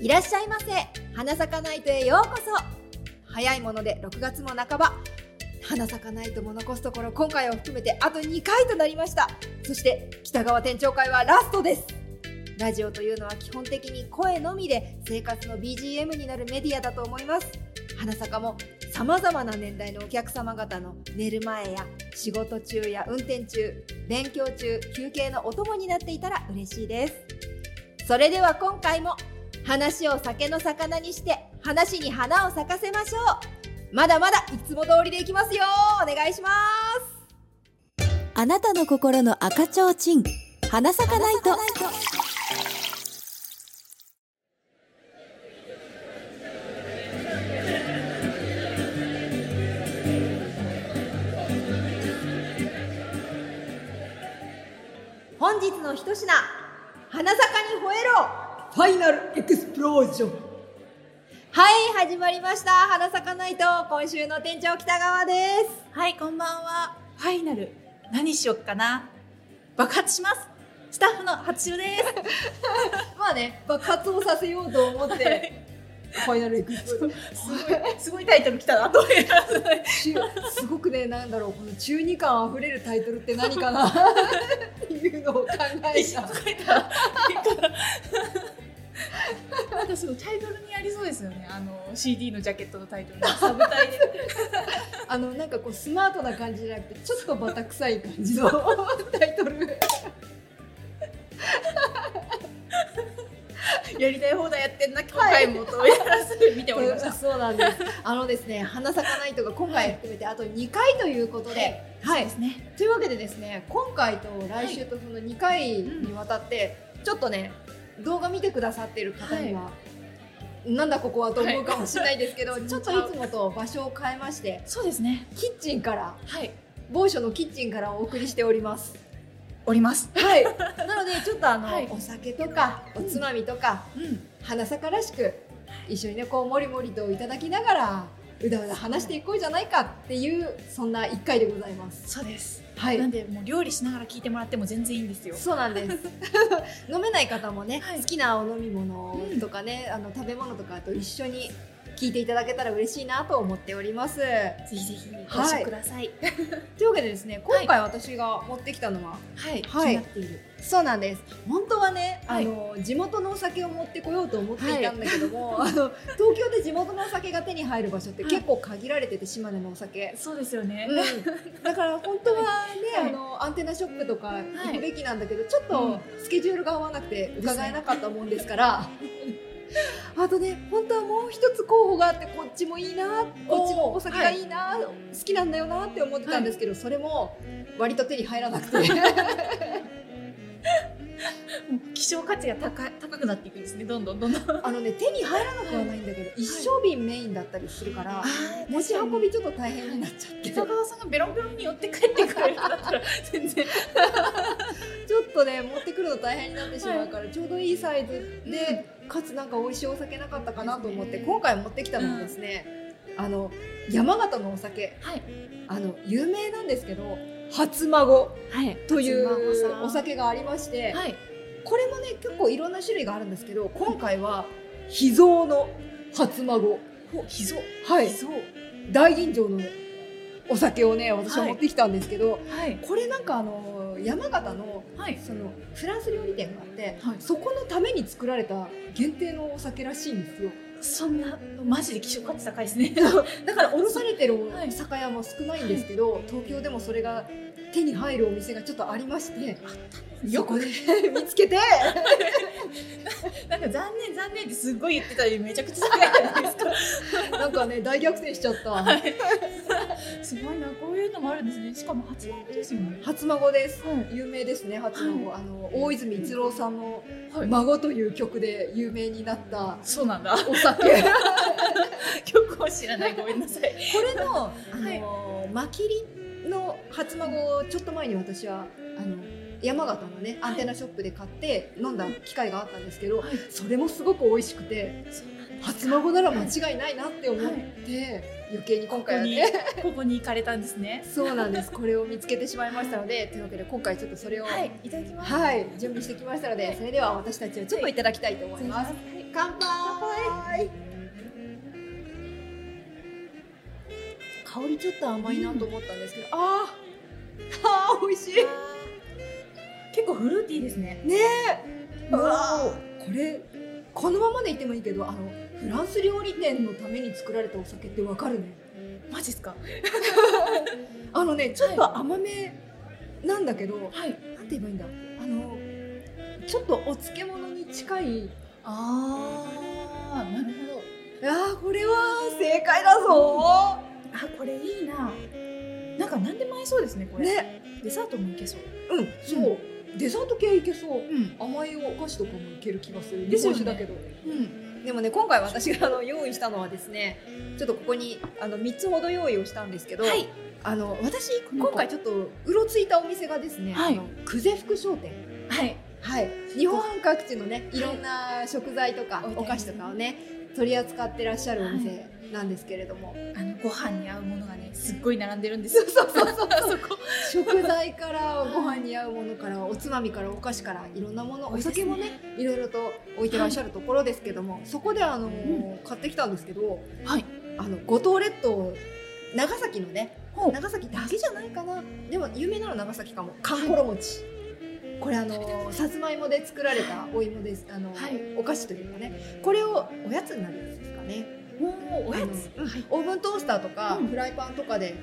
いらっしゃいませ。花咲かナイトへようこそ。早いもので6月も半ば、花咲かナイトも残すところ今回を含めてあと2回となりました。そして北川店長会はラストです。ラジオというのは基本的に声のみで生活の BGM になるメディアだと思います。花咲かも様々な年代のお客様方の寝る前や仕事中や運転中、勉強中、休憩のお供になっていたら嬉しいです。それでは今回も話を酒の魚にして話に花を咲かせましょう。まだまだいつも通りでいきますよ。お願いします。 あなたの心の赤ちょうちん、花咲かナイト。 本日の一品、花咲かに吠えろファイナルエクスプロージョン。はい、始まりました花咲かナイト。今週の店長北川です。 はい、こんばんは。ファイナル何しよっかな。爆発します。スタッフの初代です。 まあね、爆発をさせようと思って、はい、ファイナルエクスプロージョンすごいタイトル来たなと思います。 すごくね、なんだろう、この中二感あふれるタイトルって何かなっていうのを考えた。 なんかそのタイトルにありそうですよね。CD のジャケットのタイトルサブタイでなんかこうスマートな感じじゃなくてちょっとバタ臭い感じのタイトルやりたい放題やってんな今回もとやらせて見ておりました。 そうなんです。ですね、花咲かナイトが今回含めてあと2回ということで、 はい、そうですね。 というわけでですね、今回と来週とその2回にわたってちょっとね、動画見てくださっている方には、なんだここはと思うかもしれないですけど、ちょっといつもと場所を変えまして、 そうですね、 キッチンから、某所のキッチンからお送りしております。 はい、なのでちょっとお酒とかおつまみとか、花咲からしく一緒にねこうもりもりといただきながらうだうだ話していこうじゃないかっていうそんな1回でございます。 そうです。 はい。 なんでもう料理しながら聞いてもらっても全然いいんですよ。 そうなんです。飲めない方もね、好きなお飲み物とかね、食べ物とかと一緒に聞いていただけたら嬉しいなと思っております。ぜひぜひご視聴ください。 というわけでですね、今回私が持ってきたのは、 決まっている。 そうなんです。本当はね、地元のお酒を持ってこようと思っていたんだけども、東京で地元のお酒が手に入る場所って結構限られてて、島根のお酒。 そうですよね。 だから本当はね、アンテナショップとか行くべきなんだけど、ちょっとスケジュールが合わなくて伺えなかったもんですから。あとね、本当はもう一つ候補があって、こっちもいいな、こっちもお酒がいいな、好きなんだよなって思ってたんですけど、それも割と手に入らなくて希少価値が高くなっていくんですね、どんどん手に入らなくはないんだけど、一升瓶メインだったりするから、持ち運びちょっと大変になっちゃって、 北川さんがベロンベロンに寄って帰ってくれるんだったら全然ちょっとね持ってくるの大変になってしまうから、ちょうどいいサイズで、かつなんか美味しいお酒なかったかなと思って、今回持ってきたのはですね、山形のお酒、有名なんですけど、初孫というお酒がありまして、これもね結構いろんな種類があるんですけど、今回は秘蔵の初孫、大吟醸のお酒をね私は持ってきたんですけど、これなんか山形のそのフランス料理店があって、そこのために作られた限定のお酒らしいんですよ。 そんなマジで希少価値高いですね。 だから卸されてる酒屋も少ないんですけど、東京でもそれが手に入るお店がちょっとありまして、そこで見つけてなんか残念ってすごい言ってたり、めちゃくちゃ高いじゃないですか。 なんかね大逆転しちゃった。 すごいな、こういうのもあるんですね。しかも初孫ですよね。 初孫です。有名ですね、初孫。大泉逸郎さんの孫という曲で有名になった。 そうなんだ。 お酒。 曲を知らない、ごめんなさい。 これのマキリの初孫をちょっと前に私は山形のねアンテナショップで買って飲んだ機会があったんですけど、それもすごく美味しくて、初孫なら間違いないなって思って、余計に今回はねここに行かれたんですね。 そうなんです。これを見つけてしまいましたので、というわけで今回ちょっとそれを、 いただきます。 準備してきましたので、それでは私たちはちょっといただきたいと思います。乾杯。 ぱい。香りちょっと甘いなと思ったんですけど、美味しい。 結構フルーティーですね。 ねえ、これこのままでいってもいいけど、フランス料理店のために作られたお酒ってわかるね。 マジですか？ ちょっと甘めなんだけど、 はい。 なんて言えばいいんだ。ちょっとお漬物に近い。 なるほど。 これは正解だぞ。 これいいな。なんか何でも合いそうですね、これ。 ね、 デザートもいけそう。 そう。デザート系いけそう。 うん。 甘いお菓子とかもいける気がする。 ですよね日本酒だけど。 うん。 でもね、今回私が用意したのはですね、ちょっとここに3つほど用意をしたんですけど、 はい。 私今回ちょっとうろついたお店がですね、 はい久世福商店。 はい。 はい、日本各地のね、いろんな食材とかはいお菓子とかをね取り扱ってらっしゃるお店なんですけれども、 ご飯に合うものがね、すっごい並んでるんですよ。 そうそうそうそこ。 食材からご飯に合うものからおつまみからお菓子からいろんなもの、お酒もねいろいろと置いてらっしゃるところですけども、そこで買ってきたんですけど、 はい。 五島列島、長崎のね、 ほう。 長崎だけじゃないかな、でも有名なのは長崎かも、かんころ餅、これさつまいもで作られたお芋です。お菓子というかね、これをおやつになるやつですかね。 おやつ。 オーブントースターとかうんフライパンとかで、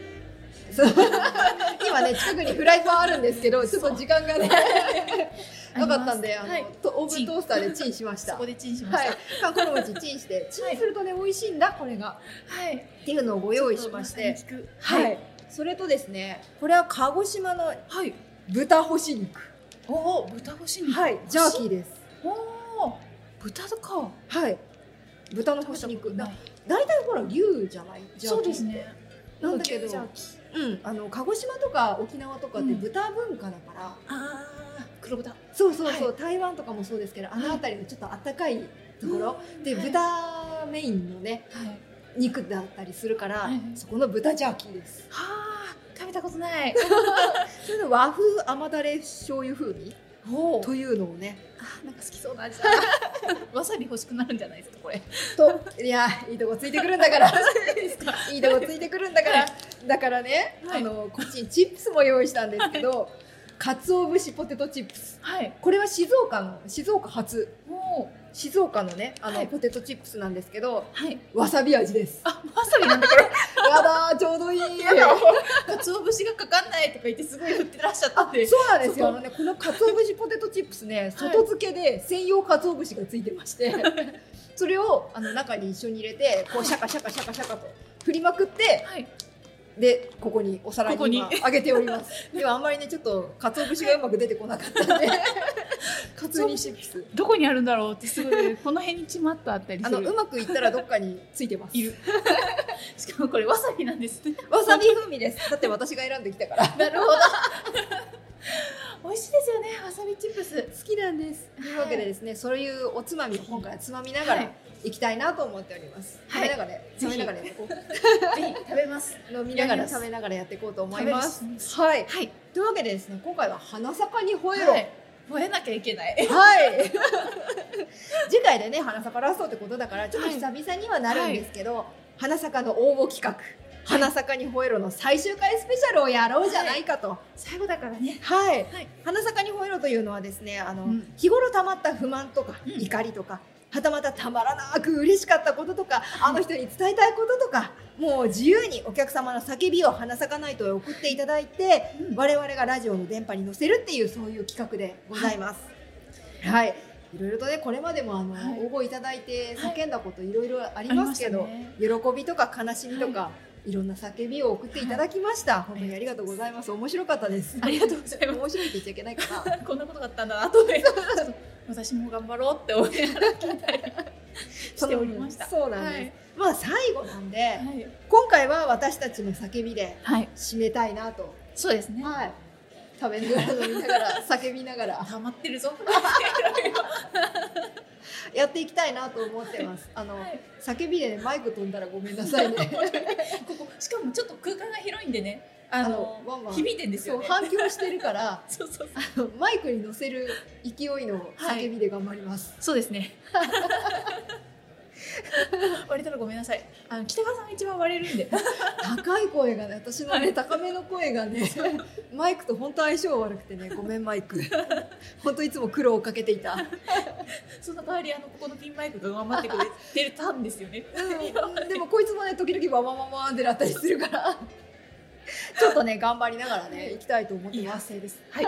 今ね近くにフライパンあるんですけど、ちょっと時間がねなかったんで、 はい。 オーブントースターでチンしました。 そこでチンしまはいした。、 かんころ餅チンしてチンするとね美味しいんだこれがはい。 っていうのをご用意しまして、 ちょっとまさに聞く。 はい、それとですね、これは鹿児島のはい。 豚干し肉、 おお、豚干し肉。 はい、ジャーキーです。 おお、豚か。 はい、豚の干し肉だ。 ない。 大体ほら牛じゃない、ジャーキーってそうですね。 なんだけど牛ジャーキー鹿児島とか沖縄とかってうん豚文化だから、 ああ、黒豚。 そうそうそう、 は台湾とかもそうですけど、あの辺りのちょっとあったかいところ、で豚メインのねはい。 肉だったりするから、 はいそこの豚ジャーキーです。 はあ、食べたことない。 それで和風甘だれ醤油風味おお。 というのをねなんか好きそうな味だな。わさび欲しくなるんじゃないですか、これ。 と、いやいいとこついてくるんだからいいとこついてくるんだから、だからね、 はいこっちにチップスも用意したんですけど鰹節ポテトチップス、 はい。 これは静岡初、 おお。 静岡のねはいポテトチップスなんですけど、 はい。 わさび味です。 あ、わさびなんだこれ。 やだー、ちょうどいい。 鰹節がかかんないとか言ってすごい振ってらっしゃったんで。 そうなんですよ。 そうこの鰹節ポテトチップスね、外付けで専用鰹節がついてまして、それを中に一緒に入れて、こうシャカシャカシャカシャカと振りまくって、 はい。 でここにお皿ここにに今揚げております。でもあんまりねちょっと鰹節がうまく出てこなかったんで、普通にチップス。 どこにあるんだろうってすごいこの辺にちまっとあったりする。 うまくいったらどっかについてます。 いる。しかもこれわさびなんですね。 わさび風味です。だって私が選んできたから。 なるほど。美味しいですよね、わさびチップス。 好きなんです。というわけでですね、そういうおつまみを今回はつまみながらはいいきたいなと思っております。 はい食べながらやっていこう。 ぜひ食べます。 飲みながらやります食べながらやっていこうと思います食べるし。 はい。 はい。 というわけでですね、今回は花坂に吠えろ。 はい。吠えなきゃいけない。 はい。次回でね、花坂ラストってことだから、ちょっと久々にはなるんですけど、花坂の応募企画、花坂に吠えろの最終回スペシャルをやろうじゃないかと。 最後だからね。 はい。 はい。 花坂に吠えろというのはですね、 ん日頃溜まった不満とか、 うん怒りとか、はたまたたまらなく嬉しかったこととか、あの人に伝えたいこととか、もう自由にお客様の叫びを花咲かないとへ送っていただいて、 うん我々がラジオの電波に乗せるっていうそういう企画でございます。はい。いろいろとね、これまでもはい応募いただいて叫んだこといろいろありますけど、 ありま喜びとか悲しみとか、いろんな叫びを送っていただきました。本当にありがとうございます。面白かったです。 ありがとうございま面白いって言っちゃいけないかな。 す。こんなことがあったんだなと思って、ちょっと私も頑張ろうって思いながら聞いたりしておりました。 そうなんです。 はいまあ最後なんで、 はい。 今回は私たちの叫びではい。 締めたいなと。 そうですね。 はい。食べながら飲みながら叫びながら溜まってるぞ。 やっていきたいなと思ってます。 い叫びで、ね、マイク飛んだらごめんなさいね。 ここしかもちょっと空間が広いんでね。 ワンワン響いてんですよね。 そう反響してるからそうそうそう。 マイクに乗せる勢いの叫びで頑張ります、 そうですね。割れたらごめんなさい。北川さんが一番割れるんで。 高い声がね、私のね高めの声がねマイクと本当相性悪くてね、ごめんマイク本当いつも苦労をかけていたその代わりここのピンマイクが頑張ってくれてたんですよね。 でもこいつもね時々ババババーンってなったりするからちょっとね頑張りながらね行きたいと思ってます。 です。はい。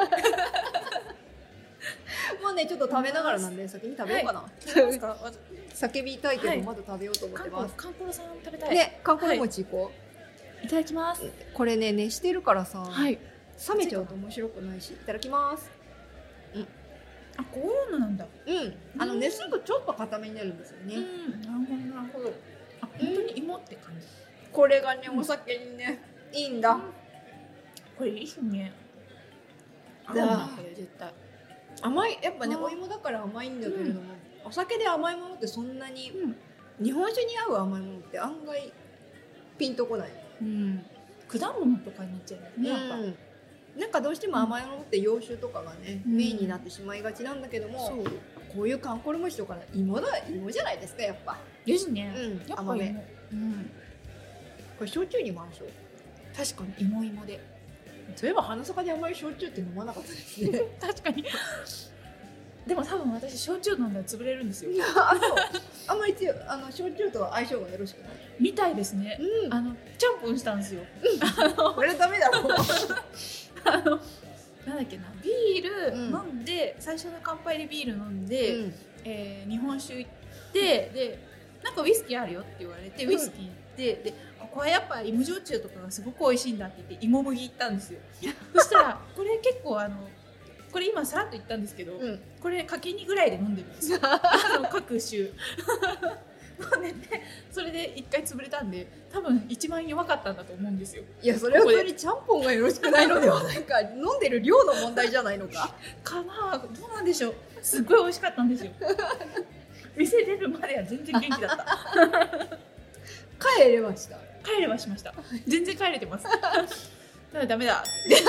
もうねちょっと食べながらなんで先に食べようかな、 食べますか？ 叫びたいけど、 はいまだ食べようと思ってます。 かんころさん食べたい。 ね、かんころ餅行こいただきます。 う、これね熱してるからさ、 はい。 冷めちゃうと面白くないし、いただきます。 あ、こういうのなんだ。 うん熱するとちょっと固めになるんですよね、 なるほどなるほど。あ、本当に芋って感じ。 これがねお酒にねいいんだ。 これいいっすね。合うだなこれ絶対。 甘い、やっぱねお芋だから甘いんだけれども、お酒で甘いものってそんなに、日本酒に合う甘いものって案外ピンとこない。 果物とかになっちゃいますね。やっぱ。 なんかどうしても甘いものって洋酒とかがね、メインになってしまいがちなんだけども、 そうこういうかんころ餅とか芋じゃないですかやっぱ。 ですね。やっぱ甘め。 芋。 これ焼酎にも合うでしょ。 確かに芋で。 そういえば花坂であんまり焼酎って飲まなかったですね。 確かに。でも多分私焼酎飲んだら潰れるんですよ。 あ、そう。あんまり焼酎とは相性がよろしくない。 みたいですね。ちゃんぽんしたんですよ。 これダメだろう。 なんだっけな、ビール飲んで、最初の乾杯でビール飲んで、日本酒行ってでなんかウイスキーあるよって言われてウイスキー行ってでここはやっぱ芋焼酎とかがすごく美味しいんだって言って芋麦行ったんですよ。そしたらこれ結構これ今さらっと言ったんですけど、これかけ2ぐらいで飲んでるんですよ。各種飲んでてそれで1回潰れたんで多分一番弱かったんだと思うんですよ。 いやそれは普通にちゃんぽんがよろしくないのではないか。飲んでる量の問題じゃないのか。 かな、どうなんでしょう。すっごい美味しかったんですよ。店出るまでは全然元気だった。 帰れました。 帰れはしました。全然帰れてます。ただダメだ。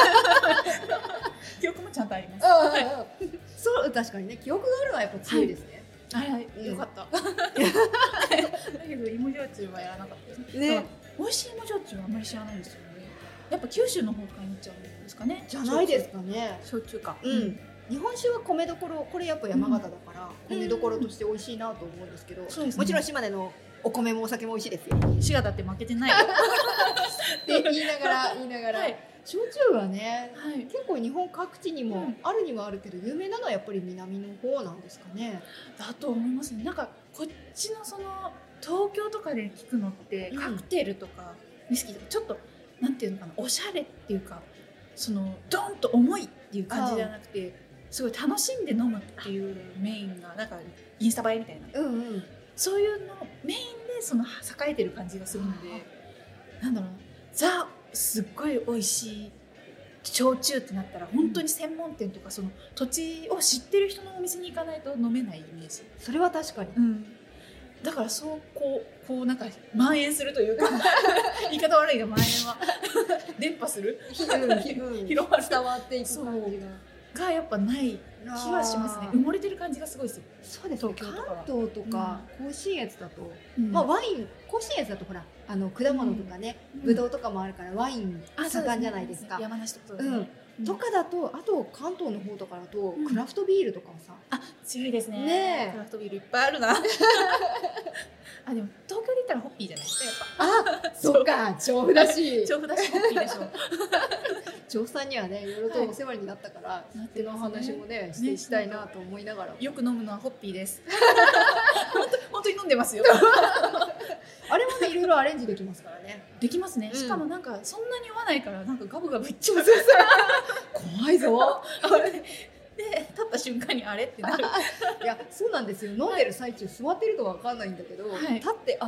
記憶もちゃんとあります。 そう確かにね記憶があるのはやっぱ強いですね。 はい、よかった。だけど芋焼酎はやらなかったですね。 美味しい芋焼酎はあんまり知らないですよね。やっぱ九州の方からになっちゃうんですかね。 じゃないですかね。 焼酎か。 日本酒は米どころ、これやっぱ山形だから米どころとして美味しいなと思うんですけど、もちろん島根のお米もお酒も美味しいですよ。 滋賀だって負けてないよ。 って言いながら、焼酎はね、結構日本各地にもあるにはあるけど有名なのはやっぱり南の方なんですかね。 だと思いますね。なんかこっちのその東京とかで聞くのってカクテルとかウイスキーとかちょっとなんていうのかな、おしゃれっていうかそのドンと重いっていう感じじゃなくてすごい楽しんで飲むっていうメインがなんかインスタ映えみたいな、そういうのメインでその栄えてる感じがするので、なんだろうな、ザすっごい美味しい焼酎ってなったら本当に専門店とかその土地を知ってる人のお店に行かないと飲めないイメージ。 それは確かに、 だからそうこうなんか蔓延するというか言い方悪いが蔓延は伝播する広まる伝わっていく感じがやっぱない気はしますね。埋もれてる感じがすごいですよ。 そうですね。関東とか甲信越だと、まあワイン甲信越だとほら果物とかね、ぶどうとかもあるからワイン盛んじゃないですか。 山梨とかとかだと、あと関東の方とかだとクラフトビールとかはさ、 強いですね。クラフトビールいっぱいあるな。でも東京で言ったらホッピーじゃないですかやっぱ。 そうか、調布だし調布だしホッピーでしょ。 調布さんにはねいろいろとお世話になったからっての話もねしたいなと思いながら、 よく飲むのはホッピーです。本当に飲んでますよ。 あれもねいろいろアレンジできますからね。 できますね。しかもなんかそんなに酔わないからなんかガブガブいっちゃう。 怖いぞ。 で立った瞬間にあれってなる。 いやそうなんですよ。飲んでる最中座ってるとわかんないんだけど、立って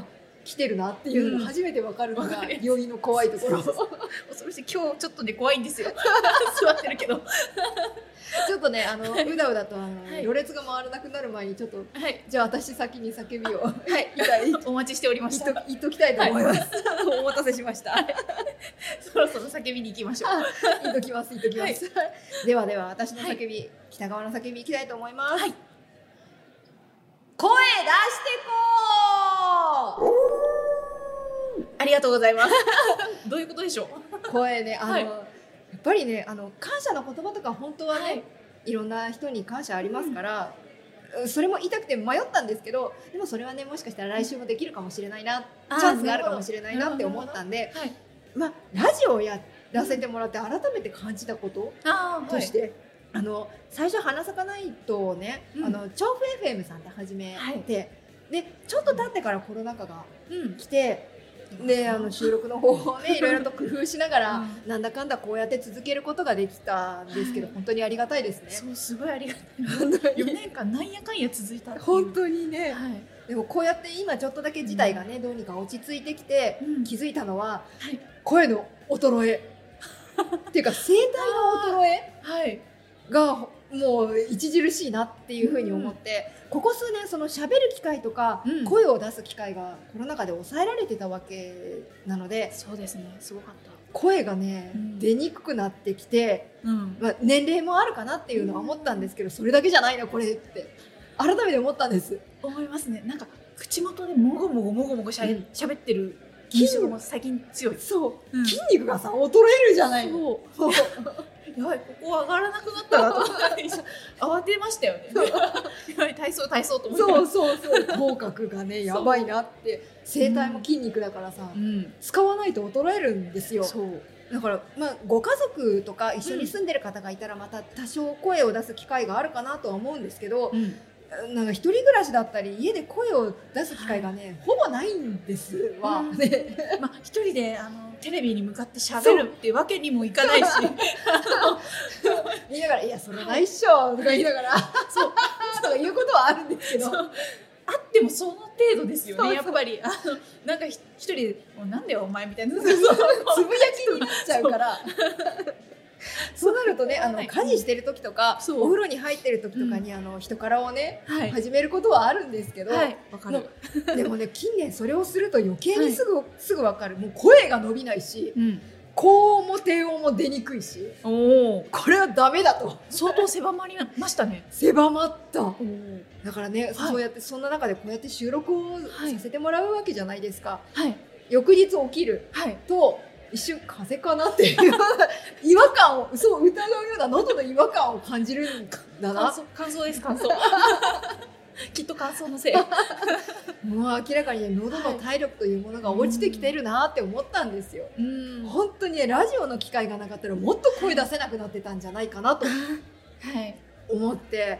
来てるなっていうのが初めて分かるのが病院の怖いところ。 恐ろしい。今日ちょっとね怖いんですよ。座ってるけど。 ちょっとねうだうだといろれつが回らなくなる前にちょっと、 はい、 じゃあ私先に叫びをお待ちしておりました。 言っときたいと思います。お待たせしました。 そろそろ叫びに行きましょう。 言っときます。では私の叫び、北川の叫びいきたいと思います。声出してこう。 ありがとうございます。どういうことでしょう。 声ねやっぱりね感謝の言葉とか本当はね、いろんな人に感謝ありますから、それも言いたくて迷ったんですけど、でもそれはねもしかしたら来週もできるかもしれないな、チャンスがあるかもしれないなって思ったんで、ラジオをやらせてもらって改めて感じたこととして、最初花咲かないとをね、調布 FM さんで始めて、でちょっと経ってからコロナ禍が来て、で収録の方法をねいろいろと工夫しながら、なんだかんだこうやって続けることができたんですけど、本当にありがたいですね。 そう、すごいありがたい。4年間なんやかんや続いたっていう。 本当にね、でもこうやって今ちょっとだけ事態がね、どうにか落ち着いてきて、気づいたのは、声の衰えっていうか声帯の衰えがもう著しいなっていうふうに思って、ここ数年その喋る機会とか、声を出す機会がコロナ禍で抑えられてたわけなので、 そうですね、すごかった。 声がね、出にくくなってきて、年齢もあるかなっていうのは思ったんですけど、それだけじゃないなこれって改めて思ったんです。 思いますね。なんか口元でもごもご喋ってる印象も最近強い。 そう、筋肉がさ衰えるじゃないの。 やばい、ここ上がらなくなったなと思って慌てましたよね。やばい、体操と思って。 そう口角がねやばいなって。声帯も筋肉だからさ、使わないと衰えるんですよ。だからご家族とか一緒に住んでる方がいたらまた多少声を出す機会があるかなとは思うんですけど、なんか一人暮らしだったり家で声を出す機会がね、ほぼないんですわ。 一人でテレビに向かって喋るってわけにもいかないし、 言いながら「いやそれないっしょ」とか言いながらそういうことはあるんですけど、 あってもその程度ですよね。やっぱりなんか一人で「もうなんだよお前」みたいなつぶやきになっちゃうから。そうなるとね家事してる時とかお風呂に入ってる時とかに人からをね始めることはあるんですけど、でもね近年それをすると余計にすぐ分かる。もう声が伸びないし、高音も低音も出にくいし、これはダメだと。 相当狭まりましたね。 狭まった。だからね、そうやってそんな中でこうやって収録をさせてもらうわけじゃないですか。翌日起きると一瞬風邪かなっていう違和感を疑うような喉の違和感を感じるんだな。 乾燥です、乾燥。きっと乾燥のせい。 もう明らかにね喉の体力というものが落ちてきてるなって思ったんですよ。本当にねラジオの機会がなかったらもっと声出せなくなってたんじゃないかなと思って、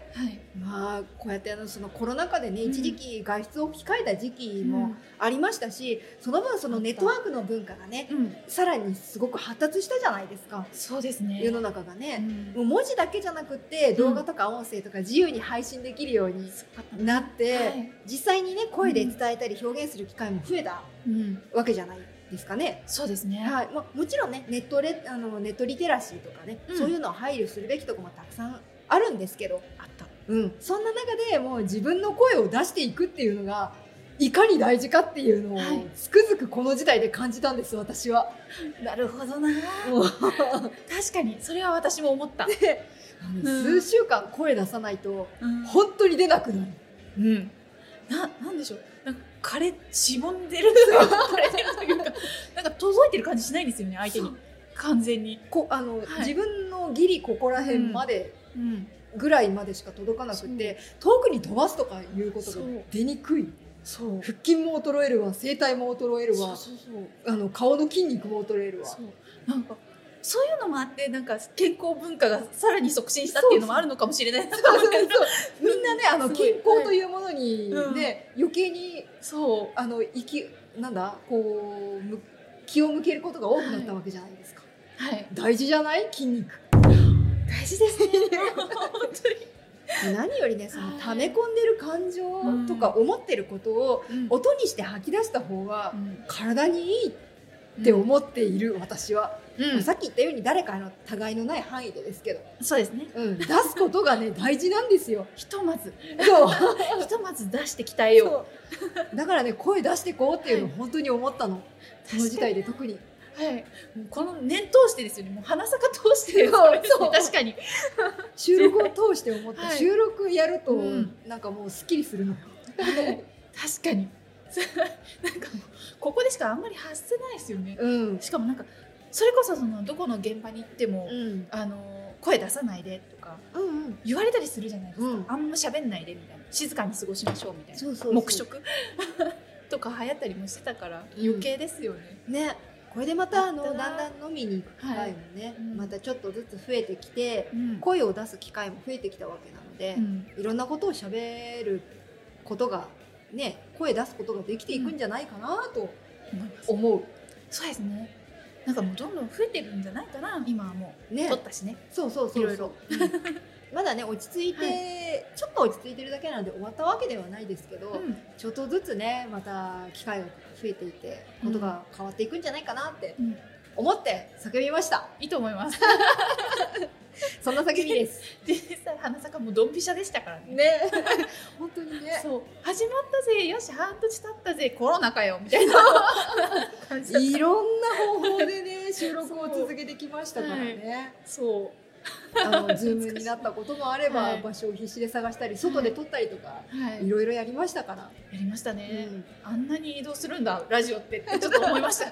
こうやってそのコロナ禍でね一時期外出を控えた時期もありましたし、その分そのネットワークの文化がねさらにすごく発達したじゃないですか。 そうですね。 世の中がね、もう文字だけじゃなくって動画とか音声とか自由に配信できるようになって、実際にね声で伝えたり表現する機会も増えたわけじゃないですかね。 そうですね。 もちろんねネットリテラシーとかね、そういうのを配慮するべきところもたくさんあるんですけど、そんな中でもう自分の声を出していくっていうのがいかに大事かっていうのをつくづくこの時代で感じたんです、私は。 なるほどな。確かにそれは私も思った。 数週間声出さないと本当に出なくなる。 なんでしょう、なんかしぼんでる枯れてるというか、なんか届いてる感じしないんですよね、相手に。完全に自分のギリここら辺までぐらいまでしか届かなくて、遠くに飛ばすとかいうことが出にくい。腹筋も衰えるわ、声帯も衰えるわ、顔の筋肉も衰えるわ。 なんかそういうのもあって、なんか健康文化がさらに促進したっていうのもあるのかもしれない。 みんなね健康というものにね余計に気を向けることが多くなったわけじゃないですか。大事じゃない？筋肉。 大事ですね。本当に。 何よりねその溜め込んでる感情とか思ってることを音にして吐き出した方が体にいいって思っている私は、さっき言ったように誰かの互いのない範囲でですけど、 そうですね、 出すことがね大事なんですよ。 ひとまずそうひとまず出して鍛えようだからね声出してこうっていうのを本当に思ったの、その事態で特に。 はい、この年通してですよね。もう花咲か通してそう確かに収録を通して思った、 はい、 収録やると、 なんかもうすっきりするの、 はい、確かになんかもうここでしかあんまり発せないですよね、しかもなんかそれこそどこの現場に行っても、声出さないでとか言われたりするじゃないですか、あんま喋んないでみたいな、静かに過ごしましょうみたいな、黙食とか流行ったりもしてたから余計ですよね、 ね。これでまただんだん飲みに行く機会もね、またちょっとずつ増えてきて、声を出す機会も増えてきたわけなので、いろんなことを喋ることがね、声出すことができていくんじゃないかなと思う。 そうですね。なんかもうどんどん増えてるんじゃないかな。今はもう撮ったしね。 そういろいろ。まだね落ち着いて、ちょっと落ち着いてるだけなので終わったわけではないですけど、ちょっとずつねまた機会が増えていてことが変わっていくんじゃないかなって思って叫びました。 いいと思います。 そんな叫びです。 実際花咲かもドンピシャでしたからね。 本当にね。 そう始まったぜ、よし半年経ったぜ、コロナかよみたいな感じ。 いろんな方法でね収録を続けてきましたからね。 そう。 ズームになったこともあれば、場所を必死で探したり外で撮ったりとか、いろいろやりましたから。 やりましたね、あんなに移動するんだラジオってちょっと思いました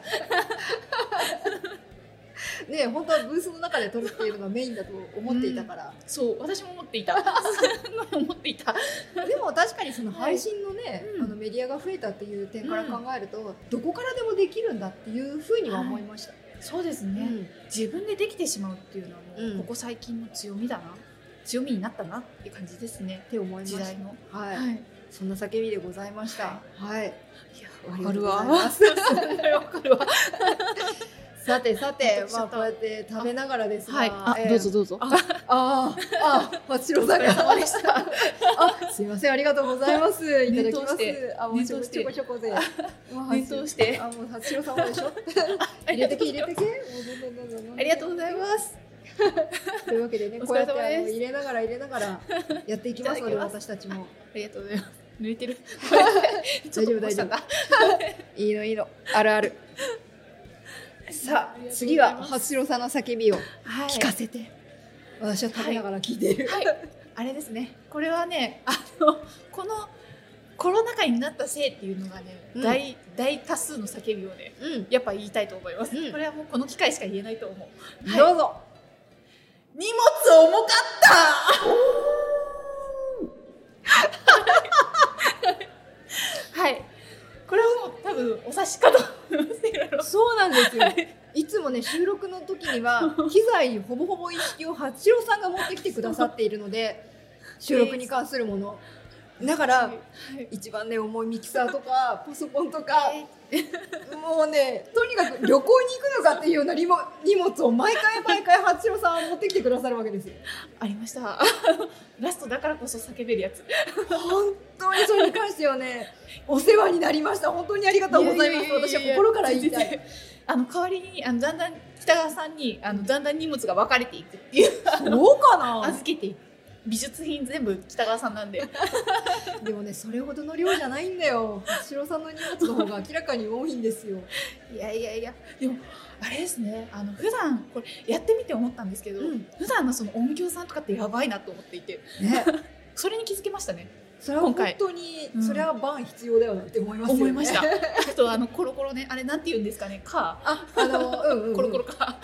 ね、本当はブースの中で撮るっていうのがメインだと思っていたから、 そう私も思っていた思っていた。 でも確かにその配信のね、メディアが増えたっていう点から考えると、どこからでもできるんだっていうふうには思いました。 そうですね、自分でできてしまうっていうのはもうここ最近の強みだな、強みになったなって感じですねって思いました。 時代の、 そんな叫びでございました。はい、 いやわかるわわかるわさてさて、まあこうやって食べながらですが、 どうぞどうぞ。 松代さんがでした。すみません、ありがとうございます。いただきます。もうちょこちょこで。 念頭して。 もう松代さんもでしょ。入れてけ。 ありがとうございます。 というわけでね、こうやって入れながらやっていきますので、私たちも。 ありがとうございます。抜いてる。 大丈夫。いいの、あるある。さあ次は初代さんの叫びを聞かせて、私は食べながら聞いている、 あれですね、これはねこのコロナ禍になったせいっていうのがね、大多数の叫びをね、やっぱ言いたいと思います、これはもうこの機会しか言えないと思う、 どうぞ。 荷物重かったはい、これはもう多分お察しかと思います。 そうなんですよ、いつもね収録の時には機材ほぼほぼ一式を八代さんが持ってきてくださっているので、収録に関するものだから、一番ね重いミキサーとかパソコンとか、もうねとにかく旅行に行くのかっていうような荷物を毎回八代さんは持ってきてくださるわけですよ。 ありましたラストだからこそ叫べるやつ。 本当にそれに関してはねお世話になりました。本当にありがとうございます。私は心から言いたい。 代わりにだんだん北川さんにだんだん荷物が分かれていくっていう。 そうかな。 預けていく。美術品全部北川さんなんで。 でもねそれほどの量じゃないんだよ。八代さんの荷物の方が明らかに多いんですよ。 いやでもあれですね、普段これやってみて思ったんですけど、普段のその音響さんとかってやばいなと思っていて、それに気づけましたね。 それは本当にそれはバン必要だよなって思いますよね。 思いました。あとコロコロね、あれなんて言うんですかね、コロコロ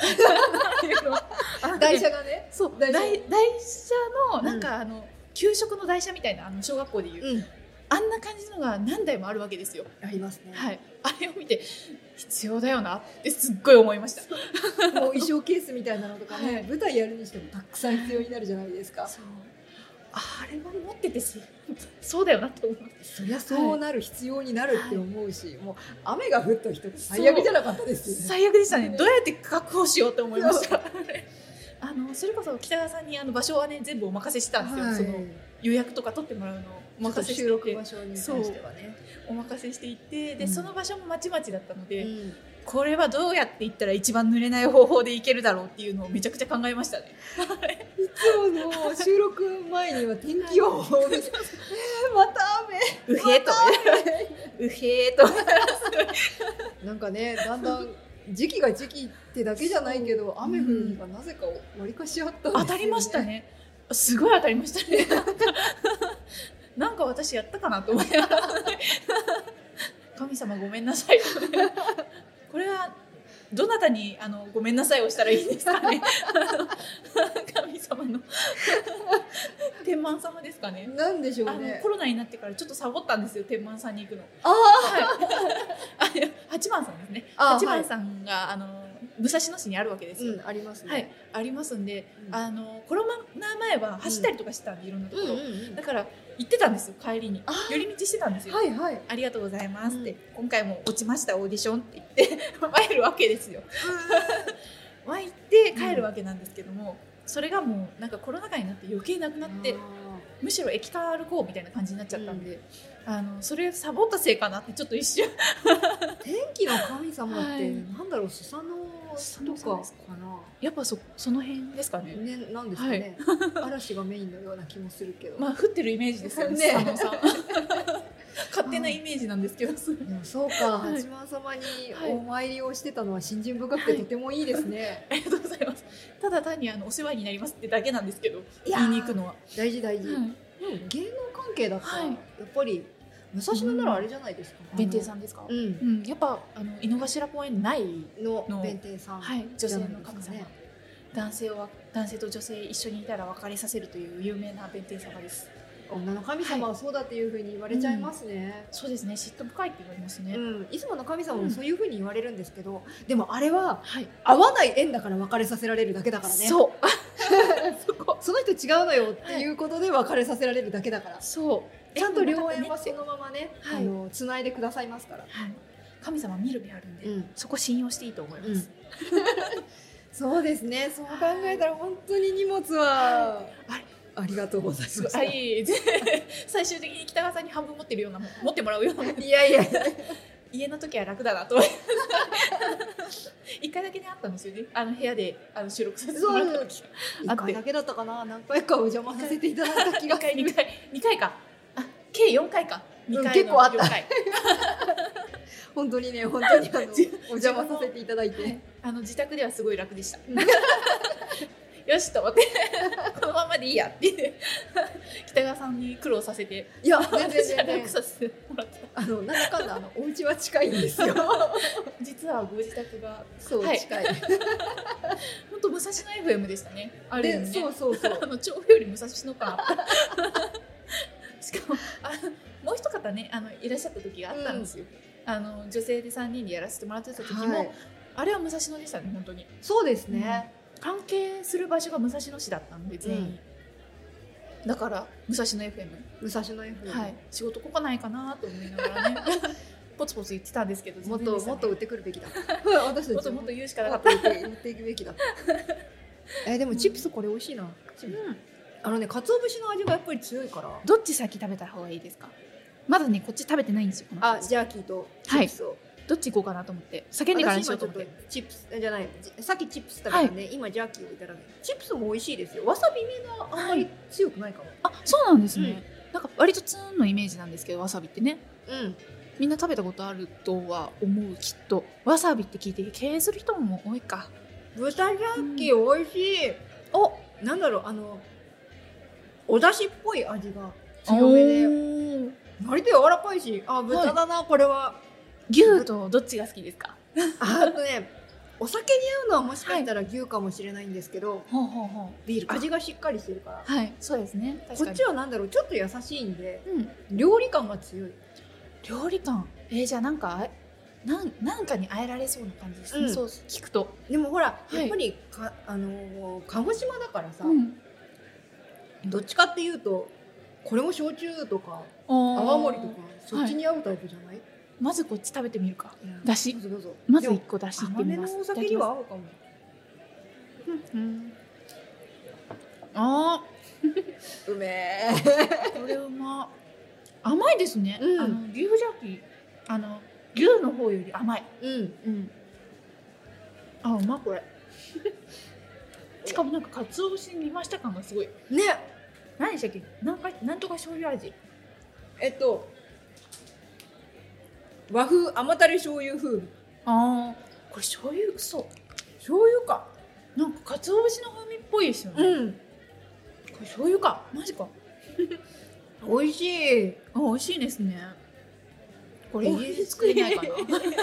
台車がね、 そう台車のなんか給食の台車みたいな小学校でいう、あんな感じのが何台もあるわけですよ。 ありますね。 はい。あれを見て必要だよなってすっごい思いました。 もう衣装ケースみたいなのとかね、舞台やるにしてもたくさん必要になるじゃないですか。 あれは持っててそうだよなと思う。 そりゃそうなる、必要になるって思うし、もう雨が降った人最悪じゃなかったですよね。 最悪でしたね。どうやって確保しようと思いました。あんそれこそ北川さんに場所はね全部お任せしたんですよ、その予約とか取ってもらうのをお任せしていて、 収録場所に関してはねお任せしていて、で、その場所もまちまちだったので、 うん、 これはどうやって行ったら一番濡れない方法で行けるだろうっていうのをめちゃくちゃ考えましたね。 いつもの収録前には天気予報を見てまた雨うへーとうへーとなんかね、だんだん時期が時期ってだけじゃないけど、雨降る日がなぜか割りかしあったんですよね。 当たりましたね。すごい当たりましたね。なんか私やったかなと思いながら神様ごめんなさい。これはどなたにごめんなさいをしたらいいんですかね。神様の天満様ですかね。 なんでしょうね。 コロナになってからちょっとサボったんですよ、天満さんに行くの。八幡さんですね。八幡さんが武蔵野市にあるわけですよ。 ありますね。 はい、ありますんで、コロナ前は走ったりとかしてたんで、いろんなところ、だから行ってたんですよ、帰りに寄り道してたんですよ。 はいはい、 ありがとうございますって、今回も落ちましたオーディションって言って参るわけですよ。参って帰るわけなんですけども、それがもうなんかコロナ禍になって余計なくなって、むしろ駅から歩こうみたいな感じになっちゃったんで、それサボったせいかなってちょっと一瞬天気の神様って、なんだろう、スサノとかかな、 やっぱその辺ですかね。 なんですかね、嵐がメインのような気もするけど、 まあ降ってるイメージですよね、佐野さん。勝手なイメージなんですけど。でもそうか、八幡様にお参りをしてたのは信心深くてとてもいいですね。 ありがとうございます。ただ単にお世話になりますってだけなんですけど、言いに行くのは大事大事。芸能関係だったらやっぱり武蔵野ならあれじゃないですか。 弁天さんですか。やっぱ井の頭公園内の弁天さん、 女性の神様。男性と女性一緒にいたら別れさせるという有名な弁天様です。 女の神様はそうだっていう風に言われちゃいますね。 そうですね、嫉妬深いって言われますね。 出雲の神様もそういう風に言われるんですけど、でもあれは合わない縁だから別れさせられるだけだからね。そうその人違うのよっていうことで別れさせられるだけだから、そうちゃんと良縁はそのままね、繋いでくださいますから。 神様見る目あるんで、そこ信用していいと思います。 そうですね、そう考えたら本当に荷物はありがとうございます。 最終的に北川さんに半分持ってもらうような。 いやいや家の時は楽だなと思います。1回だけねあったんですよね。部屋で収録させてもらった時が 1回だけだったかな。何回かお邪魔させていただいた気がする。 2回か。計4回か。 結構あった。本当にね、本当にお邪魔させていただいて、 自宅ではすごい楽でした。よしと思ってこのままでいいやって北川さんに苦労させて、 いや全然楽させてもらって、 なんだかんだお家は近いんですよ。 実はご自宅がそう近い。 本当武蔵野 FM でしたね。あれね、 そう調布より武蔵野感あった。しかももう一方ねいらっしゃった時があったんですよ。女性で3人でやらせてもらってた時も、あれは武蔵野でしたね。本当にそうですね。 関係する場所が武蔵野市だったんで全員、だから武蔵野 FM、仕事ここないかなと思いながらねポツポツ言ってたんですけど、 もっと売ってくるべきだ。私たちもっと言うしかなかった。 売っていくべきだ。でもチップスこれ美味しいな。鰹節の味がやっぱり強いから。 どっち先食べた方がいいですか。まだねこっち食べてないんですよ。 ジャーキーとチップスを。どっち行こうかなと思って。叫んでからにしようと思って。チップスじゃない。さっきチップス食べたんで、今ジャーキーをいただく。チップスも美味しいですよ。わさび目があんまり強くないかも。 そうなんですね。なんか割とツーンのイメージなんですけど、わさびってね。みんな食べたことあるとは思う。きっとわさびって聞いて経営する人も多いか。 豚ジャーキー美味しい。なんだろうお出汁っぽい味が強めで、割と柔らかいし、豚だなこれは。 牛とどっちが好きですか。 お酒に合うのはもしかしたら牛かもしれないんですけど、ビール味がしっかりしてるから。 そうですね。 こっちはなんだろう、ちょっと優しいんで、料理感が強い。 料理感、じゃあなんかにあえられそうな感じですね。そう聞くと。 でもほらやっぱり鹿児島だからさ、どっちかっていうとこれも焼酎とか泡盛とかそっちに合うタイプじゃない？ まずこっち食べてみるか。だしまず1個だしいってみます。 甘めのお酒には合うかも。 あうめえ。 ー、これうま。甘いですね。 うんビーフジャーキー、牛の方より甘い。 うんうん。あ、うまこれ。しかもなんか鰹節に煮ました感がすごい。 ね。 何でしたっけ？なんとか醤油味。 和風甘たれ醤油風味。 ああ、これ醤油嘘。 醤油か。 なんか鰹節の風味っぽいですよね。 うん。 これ醤油か。マジか。 美味しい。 あ、美味しいですね。これ家で作れないかな。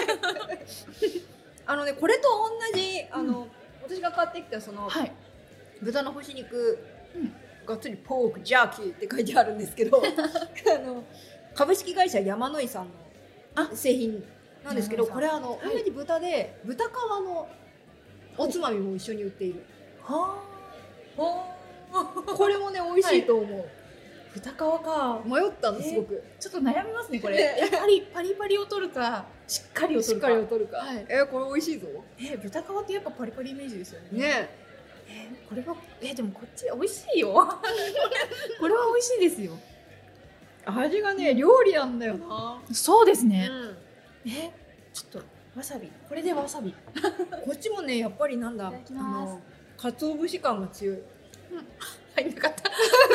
これと同じ私が買ってきたその、 はい。 豚の干し肉、 うんがっつりポークジャーキーって書いてあるんですけど株式会社山野井さんの製品なんですけど、これ同じ豚で豚皮のおつまみも一緒に売っている。 はあ。 これもね美味しいと思う。 豚皮か。 迷ったのすごく。 ちょっと悩みますねこれ。やっぱりパリパリを取るかしっかりをしっ取るか。 かりを取るか。 はいこれ美味しいぞ。 豚皮ってやっぱパリパリイメージですよね。 ね。 これはでもこっち美味しいよ。これは美味しいですよ。 味がね料理なんだよな。 そうですね。 うんちょっとわさび。これでわさび。 こっちもねやっぱりなんだいただきます鰹節感が強い。 入んなかった。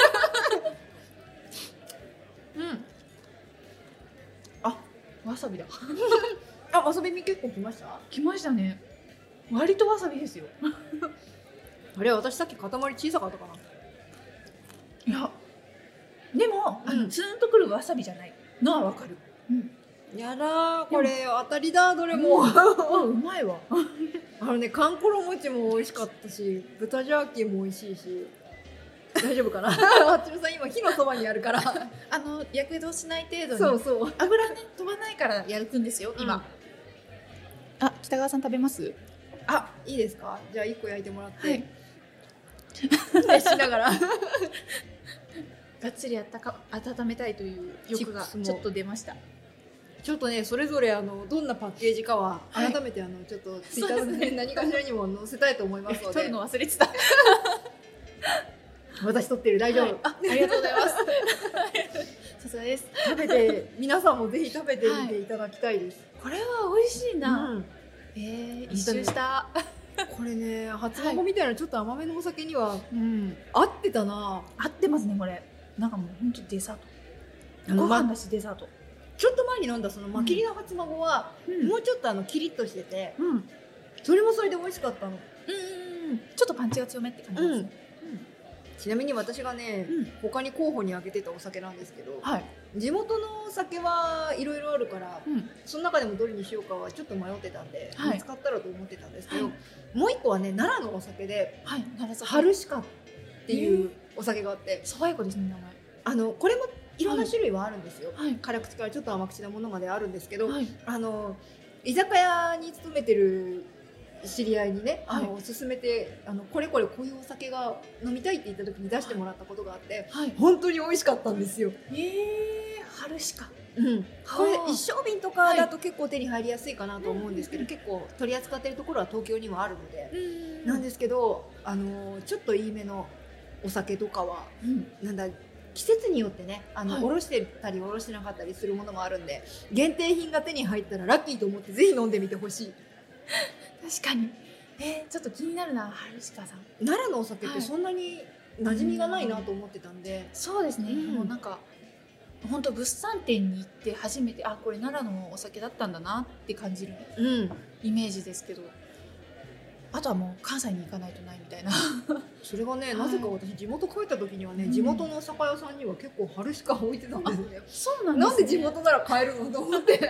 うん。あ、わさびだ。 あ、わさびみ結構きました？ 来ましたね。割とわさびですよ。 あれ私さっき塊小さかったかな。 いや、でも、 うんツーンとくるわさびじゃないのはわかる。 やだーこれ当たりだどれも。 うまいわ。 かんころ餅も美味しかったし豚ジャーキーも美味しいし大丈夫かな。あっちのさん今火のそばにあるからやけどしない程度に。 そうそう油ね飛ばないからやるくんですよ今。あ、北川さん食べます？ あいいですか。じゃあ1個焼いてもらって、 はいしながらがっつり温めたいという欲がチップスもちょっと出ました。 ちょっとねそれぞれどんなパッケージかははい改めてちょっとツイッターで何かしらにも載せたいと思いますので。 取るの忘れてた。 私撮ってる大丈夫、 はいありがとうございます。さすがです。 食べて皆さんもぜひ食べてみていただきたいです、 これは美味しいな。 うん一周した。 これね初孫みたいなちょっと甘めのお酒にはうん。 合ってたな。 合ってますねこれ。なんかもう本当デザート。ご飯だしデザート。 ちょっと前に飲んだそのマキリナ初孫は、もうちょっとキリッとしててうん。 それもそれで美味しかったの。 ちょっとパンチが強めって感じですね。 ちなみに私がね、 うん他に候補に挙げてたお酒なんですけど、 はい。 地元のお酒はいろいろあるから、 うん。 その中でもどれにしようかはちょっと迷ってたんで、 はい見つかったらと思ってたんですけど、 はいもう一個はね奈良のお酒ではい。奈良さん。 春鹿っていうお酒があって、 爽やかですね名前。 これもいろんな種類はあるんですよ、 はい。 辛口からちょっと甘口なものまであるんですけど、 はい。 居酒屋に勤めてる知り合いにね、 はい勧めてこれこういうお酒が飲みたいって言った時に出してもらったことがあって、 はい。 本当に美味しかったんですよ、 春鹿。 これはあ一升瓶とかだと結構手に入りやすいかなと思うんですけど、結構取り扱ってるところは東京にもあるので、なんですけどちょっといいめのお酒とかはなんだ季節によってねはいおろしてたりおろしてなかったりするものもあるんで、限定品が手に入ったらラッキーと思ってぜひ飲んでみてほしい。 確かに。ちょっと気になるな春鹿さん。 奈良のお酒ってそんなに馴染みがないなと思ってたんで、 そうですね。 うんもうなんか本当物産展に行って初めてこれ奈良のお酒だったんだなって感じるイメージですけど、あとはもう関西に行かないとないみたいな。 それがね、 はいなぜか私地元帰った時にはね、 うん地元のお酒屋さんには結構春鹿置いてたんですね。 そうなんなんで地元なら買えるのと思って。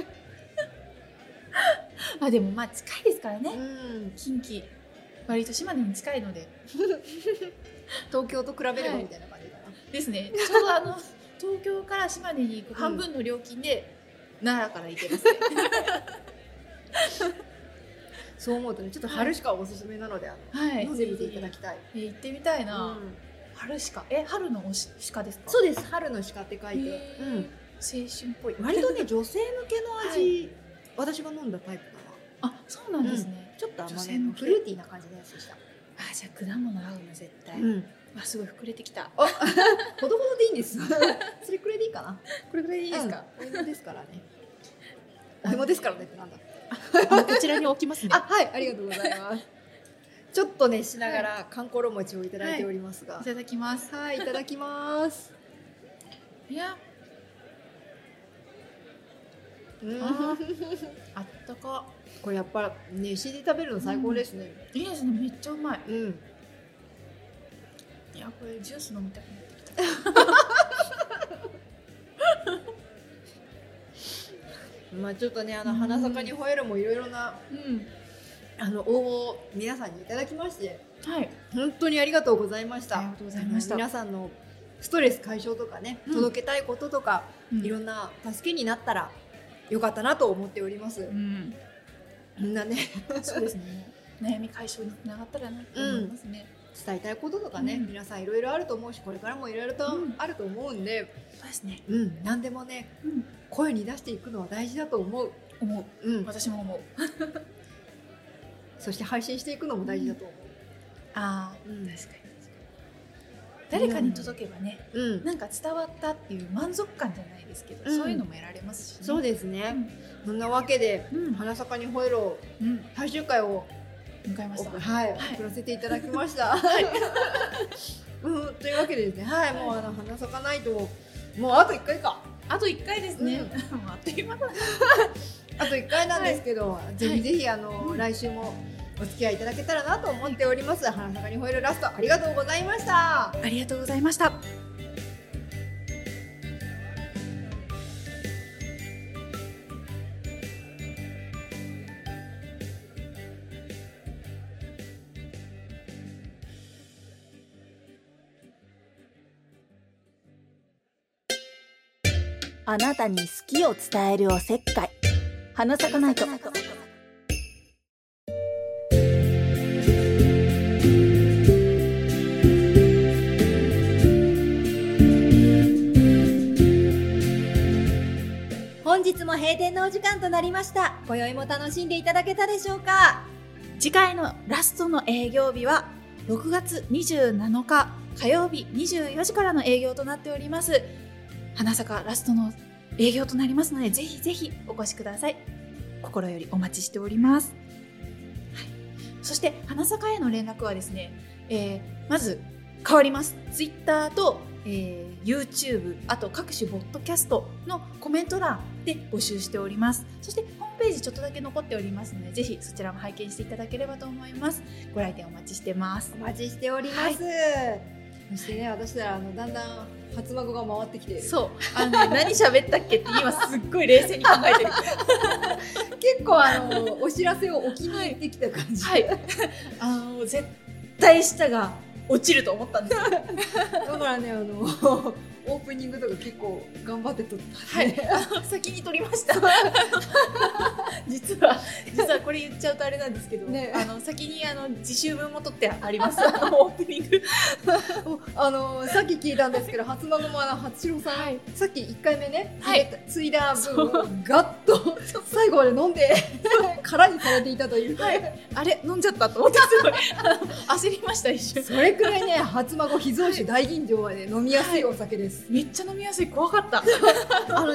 でもまあ近いですからね。 うん近畿割と島根に近いので東京と比べればみたいな感じかな。 ですね。ちょうど東京から島根に行く半分の料金で奈良から行けますね。 そう思うとねちょっと春鹿はおすすめなのではい飲んでみていただきたい。 行ってみたいな。 うん春鹿春の鹿ですか？ そうです。春の鹿って書いて、 へー青春っぽい。 割とね女性向けの味、私が飲んだタイプだな。 そうなんですね。 ちょっと甘め女性向けのフルーティーな感じのやつでした。 じゃあ果物合うの絶対。 うん、 すごい膨れてきた。 ほどほどでいいんですそれくらいでいいかな。 これぐらいでいいですか？ お芋ですからね。お芋ですからねってなんだ。 こちらに置きますね。 はい、ありがとうございますちょっとねしながらかんころ餅をいただいておりますが、 いただきます。 はい、いただきますいや、あったか。 これやっぱね石で食べるの最高ですね。 いいですね、めっちゃうまい。 いや、これジュース飲みたくなってきた。 まあちょっとね花咲かに吠えるもいろいろな応募皆さんにいただきまして、 はい、 本当にありがとうございました。 ありがとうございました。 皆さんのストレス解消とかね、届けたいこととか、いろんな助けになったらよかったなと思っております。みんなねそうですね、悩み解消につながったらなと思いますね。 伝えたいこととかね、皆さんいろいろあると思うし、これからもいろいろとあると思うんで、 そうですね、 何でもね、声に出していくのは大事だと思う。 私も思うそして配信していくのも大事だと思う。 確かに誰かに届けばね、なんか伝わったっていう満足感じゃないですけど、そういうのも得られますしね。 そうですね、そんなわけで、花咲かに吠えろ最終回を迎えました。 送らせていただきましたというわけでですね、もう花咲かないともうあと1回か。 あと1回ですね、もうあっという間だあと1回なんですけど、ぜひぜひ来週もお付き合いいただけたらなと思っております。花咲かに吠えるラスト、ありがとうございました。 ありがとうございました。 あなたに好きを伝えるおせっかい、花咲かないと。 本日も閉店のお時間となりました。今宵も楽しんでいただけたでしょうか。 次回のラストの営業日は6月27日火曜日24時からの営業となっております。花咲かラストの営業となりますので、ぜひぜひお越しください。心よりお待ちしております。そして花咲かへの連絡はですね、まず変わります。Twitter と、YouTube、あと各種ポッドキャストのコメント欄で募集しております。そしてホームページちょっとだけ残っておりますので、ぜひそちらも拝見していただければと思います。ご来店お待ちしてます。 お待ちしております。そしてね、私らだんだん初孫が回ってきて、 そう何喋ったっけって今すっごい冷静に考えてる結構お知らせをお気に入ってきた感じ。 絶対舌が落ちると思ったんですよだからねオープニングとか結構頑張って撮った、 先に撮りました実はこれ言っちゃうとあれなんですけど、先に自習文も撮ってありますオープニングさっき聞いたんですけど、初孫も初代さん、さっき1回目ね、ついだ分をガッと最後まで飲んで空にされていたという、 あれ飲んじゃったと思ってすごい焦りました一瞬。 それくらいね、初孫秘蔵酒大吟醸はね飲みやすいお酒です。 めっちゃ飲みやすい、怖かったこの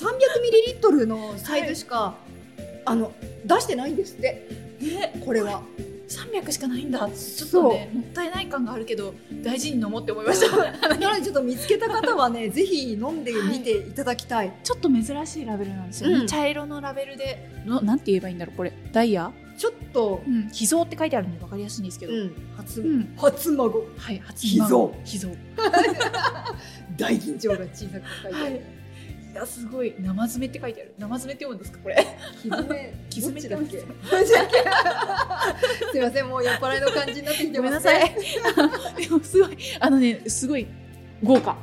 300ml のサイズしか、出してないんですって、これは 300しかないんだ。ちょっとね、もったいない感があるけど大事に飲もうって思いましたなのでちょっと見つけた方はねぜひ飲んでみていただきたい。 ちょっと珍しいラベルなんですよね、茶色のラベルでなんて言えばいいんだろう、これダイヤちょっと秘蔵って書いてあるので分かりやすいんですけど、 初孫、秘蔵大吟醸が小さく書いてある、 いやすごい、生詰めって書いてある。生詰めって読むんですかこれ？ 木詰めだっけ？ すいません、もう酔っ払いの感じになってきてますね。 ごめんなさい。でもすごいすごい豪華。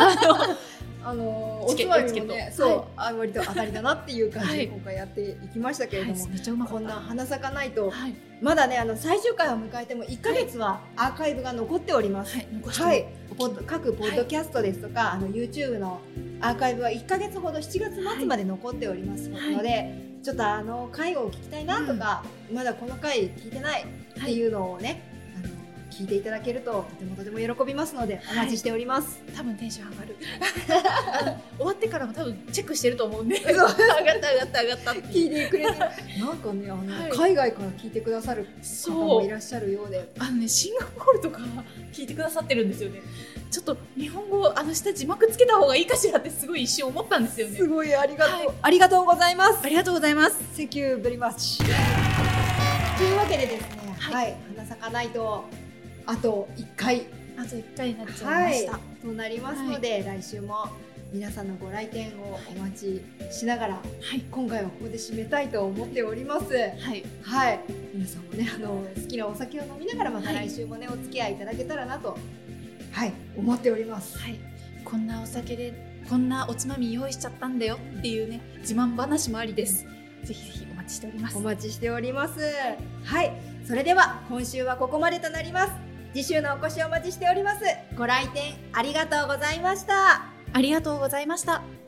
おつまみもね、割と当たりだなっていう感じで今回やっていきましたけれども、 めっちゃうまかった。 こんな花咲かないと、まだね最終回を迎えても1ヶ月はアーカイブが残っております。各ポッドキャストですとかYouTube のアーカイブは1ヶ月ほど7月末まで残っておりますので、ちょっと回を聞きたいなとか、まだこの回聞いてないっていうのをね、 聞いていただけるととても喜びますのでお待ちしております。 多分テンション上がる終わってからも多分チェックしてると思うんでそう上がったって聞いてくれてなんかね海外から聞いてくださる方もいらっしゃるようで、 シンガポールとか聞いてくださってるんですよね。ちょっと日本語下字幕つけた方がいいかしらってすごい一瞬思ったんですよね。 すごいありがとう、ありがとうございます。 ありがとうございます。 Thank you very much。というわけでですね、花咲かないとあと1回になっちゃいました、 となりますので、来週も皆さんのご来店をお待ちしながら、今回はここで締めたいと思っております。皆さんもね好きなお酒を飲みながらまた来週もね、お付き合いいただけたらなと思っております。 こんなお酒でこんなおつまみ用意しちゃったんだよっていうね、自慢話もありです。ぜひぜひお待ちしております。 お待ちしております。それでは今週はここまでとなります。次週のお越しをお待ちしております。ご来店ありがとうございました。 ありがとうございました。